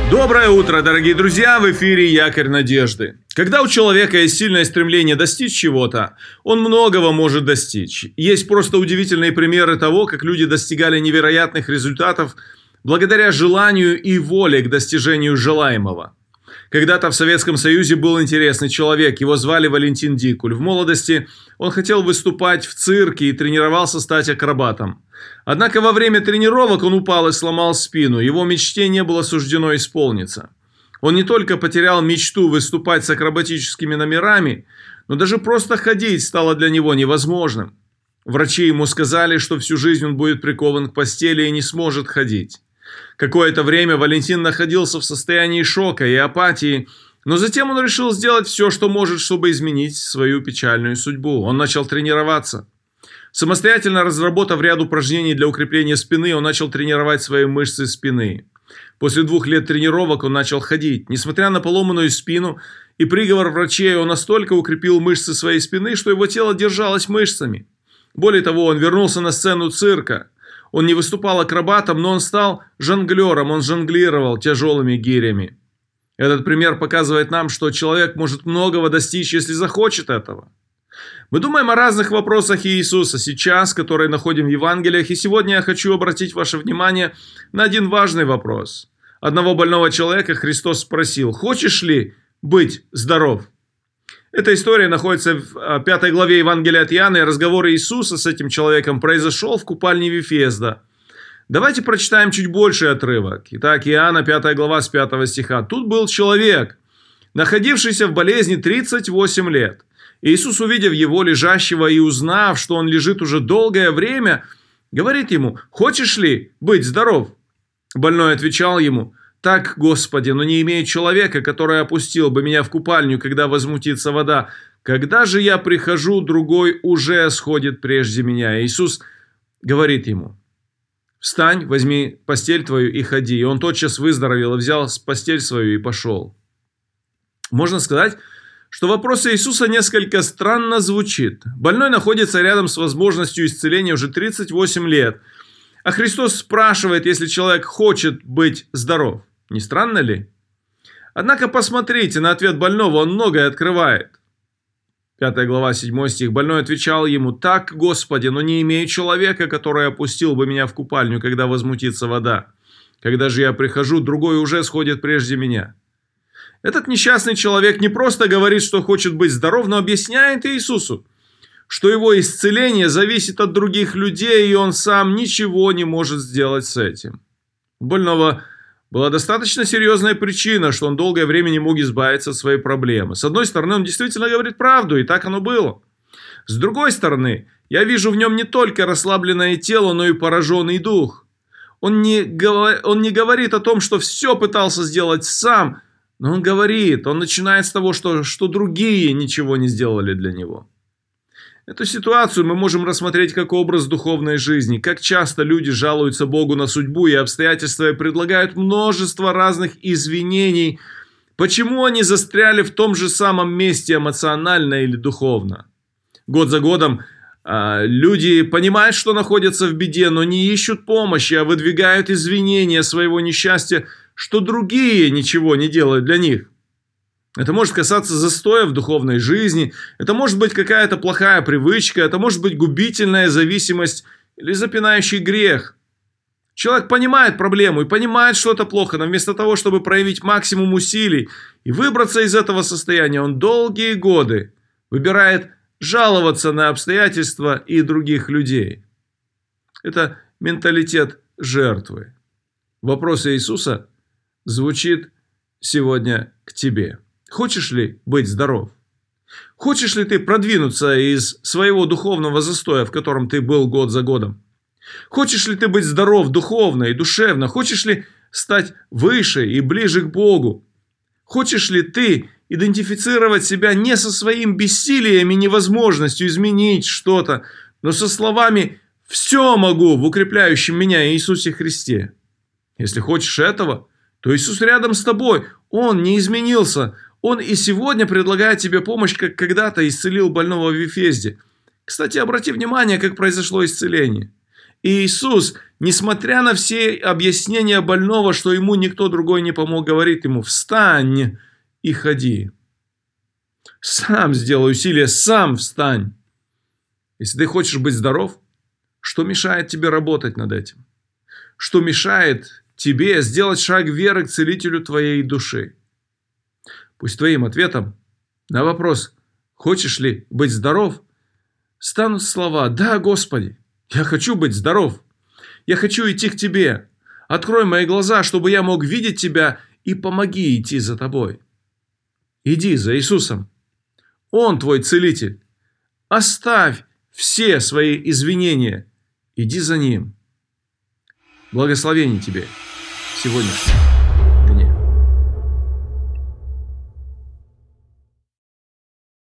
Доброе утро, дорогие друзья! В эфире «Якорь надежды». Когда у человека есть сильное стремление достичь чего-то, он многого может достичь. Есть просто удивительные примеры того, как люди достигали невероятных результатов благодаря желанию и воле к достижению желаемого. Когда-то в Советском Союзе был интересный человек, его звали Валентин Дикуль. В молодости он хотел выступать в цирке и тренировался стать акробатом. Однако во время тренировок он упал и сломал спину, его мечте не было суждено исполниться. Он не только потерял мечту выступать с акробатическими номерами, но даже просто ходить стало для него невозможным. Врачи ему сказали, что всю жизнь он будет прикован к постели и не сможет ходить. Какое-то время Валентин находился в состоянии шока и апатии, но затем он решил сделать все, что может, чтобы изменить свою печальную судьбу. Он начал тренироваться. Самостоятельно разработав ряд упражнений для укрепления спины, он начал тренировать свои мышцы спины. После 2 лет тренировок он начал ходить. Несмотря на поломанную спину и приговор врачей, он настолько укрепил мышцы своей спины, что его тело держалось мышцами. Более того, он вернулся на сцену цирка. Он не выступал акробатом, но он стал жонглером, он жонглировал тяжелыми гирями. Этот пример показывает нам, что человек может многого достичь, если захочет этого. Мы думаем о разных вопросах Иисуса сейчас, которые находим в Евангелиях, и сегодня я хочу обратить ваше внимание на один важный вопрос. Одного больного человека Христос спросил: «Хочешь ли быть здоров?» Эта история находится в 5 главе Евангелия от Иоанна, и разговор Иисуса с этим человеком произошел в купальне Вифезда. Давайте прочитаем чуть больший отрывок. Итак, Иоанна, 5 глава, с 5 стиха. «Тут был человек, находившийся в болезни 38 лет. Иисус, увидев его лежащего и узнав, что он лежит уже долгое время, говорит ему: «Хочешь ли быть здоров?» Больной отвечал ему: «Так, Господи, но не имею человека, который опустил бы меня в купальню, когда возмутится вода. Когда же я прихожу, другой уже сходит прежде меня». Иисус говорит ему: «Встань, возьми постель твою и ходи». И он тотчас выздоровел и взял постель свою и пошел. Можно сказать, что вопрос Иисуса несколько странно звучит. Больной находится рядом с возможностью исцеления уже 38 лет. А Христос спрашивает, если человек хочет быть здоров. Не странно ли? Однако посмотрите на ответ больного, он многое открывает. 5 глава, 7 стих. Больной отвечал ему: «Так, Господи, но не имею человека, который опустил бы меня в купальню, когда возмутится вода. Когда же я прихожу, другой уже сходит прежде меня». Этот несчастный человек не просто говорит, что хочет быть здоров, но объясняет Иисусу, что его исцеление зависит от других людей, и он сам ничего не может сделать с этим. У больного была достаточно серьезная причина, что он долгое время не мог избавиться от своей проблемы. С одной стороны, он действительно говорит правду, и так оно было. С другой стороны, я вижу в нем не только расслабленное тело, но и пораженный дух. Он не говорит о том, что все пытался сделать сам, но он говорит, он начинает с того, что другие ничего не сделали для него. Эту ситуацию мы можем рассмотреть как образ духовной жизни. Как часто люди жалуются Богу на судьбу и обстоятельства и предлагают множество разных извинений, почему они застряли в том же самом месте эмоционально или духовно. Год за годом люди понимают, что находятся в беде, но не ищут помощи, а выдвигают извинения своего несчастья, что другие ничего не делают для них. Это может касаться застоя в духовной жизни, это может быть какая-то плохая привычка, это может быть губительная зависимость или запинающий грех. Человек понимает проблему и понимает, что это плохо, но вместо того, чтобы проявить максимум усилий и выбраться из этого состояния, он долгие годы выбирает жаловаться на обстоятельства и других людей. Это менталитет жертвы. Вопрос Иисуса звучит сегодня к тебе. Хочешь ли быть здоров? Хочешь ли ты продвинуться из своего духовного застоя, в котором ты был год за годом? Хочешь ли ты быть здоров духовно и душевно? Хочешь ли стать выше и ближе к Богу? Хочешь ли ты идентифицировать себя не со своим бессилием и невозможностью изменить что-то, но со словами «все могу» в укрепляющем меня Иисусе Христе? Если хочешь этого, то Иисус рядом с тобой. Он не изменился. Он и сегодня предлагает тебе помощь, как когда-то исцелил больного в Вифезде. Кстати, обрати внимание, как произошло исцеление. И Иисус, несмотря на все объяснения больного, что ему никто другой не помог, говорит ему: встань и ходи. Сам сделай усилие, сам встань. Если ты хочешь быть здоров, что мешает тебе работать над этим? Что мешает тебе сделать шаг веры к целителю твоей души? Пусть твоим ответом на вопрос, хочешь ли быть здоров, станут слова: да, Господи, я хочу быть здоров. Я хочу идти к Тебе. Открой мои глаза, чтобы я мог видеть Тебя, и помоги идти за Тобой. Иди за Иисусом. Он твой целитель. Оставь все свои извинения. Иди за Ним. Благословений тебе сегодня.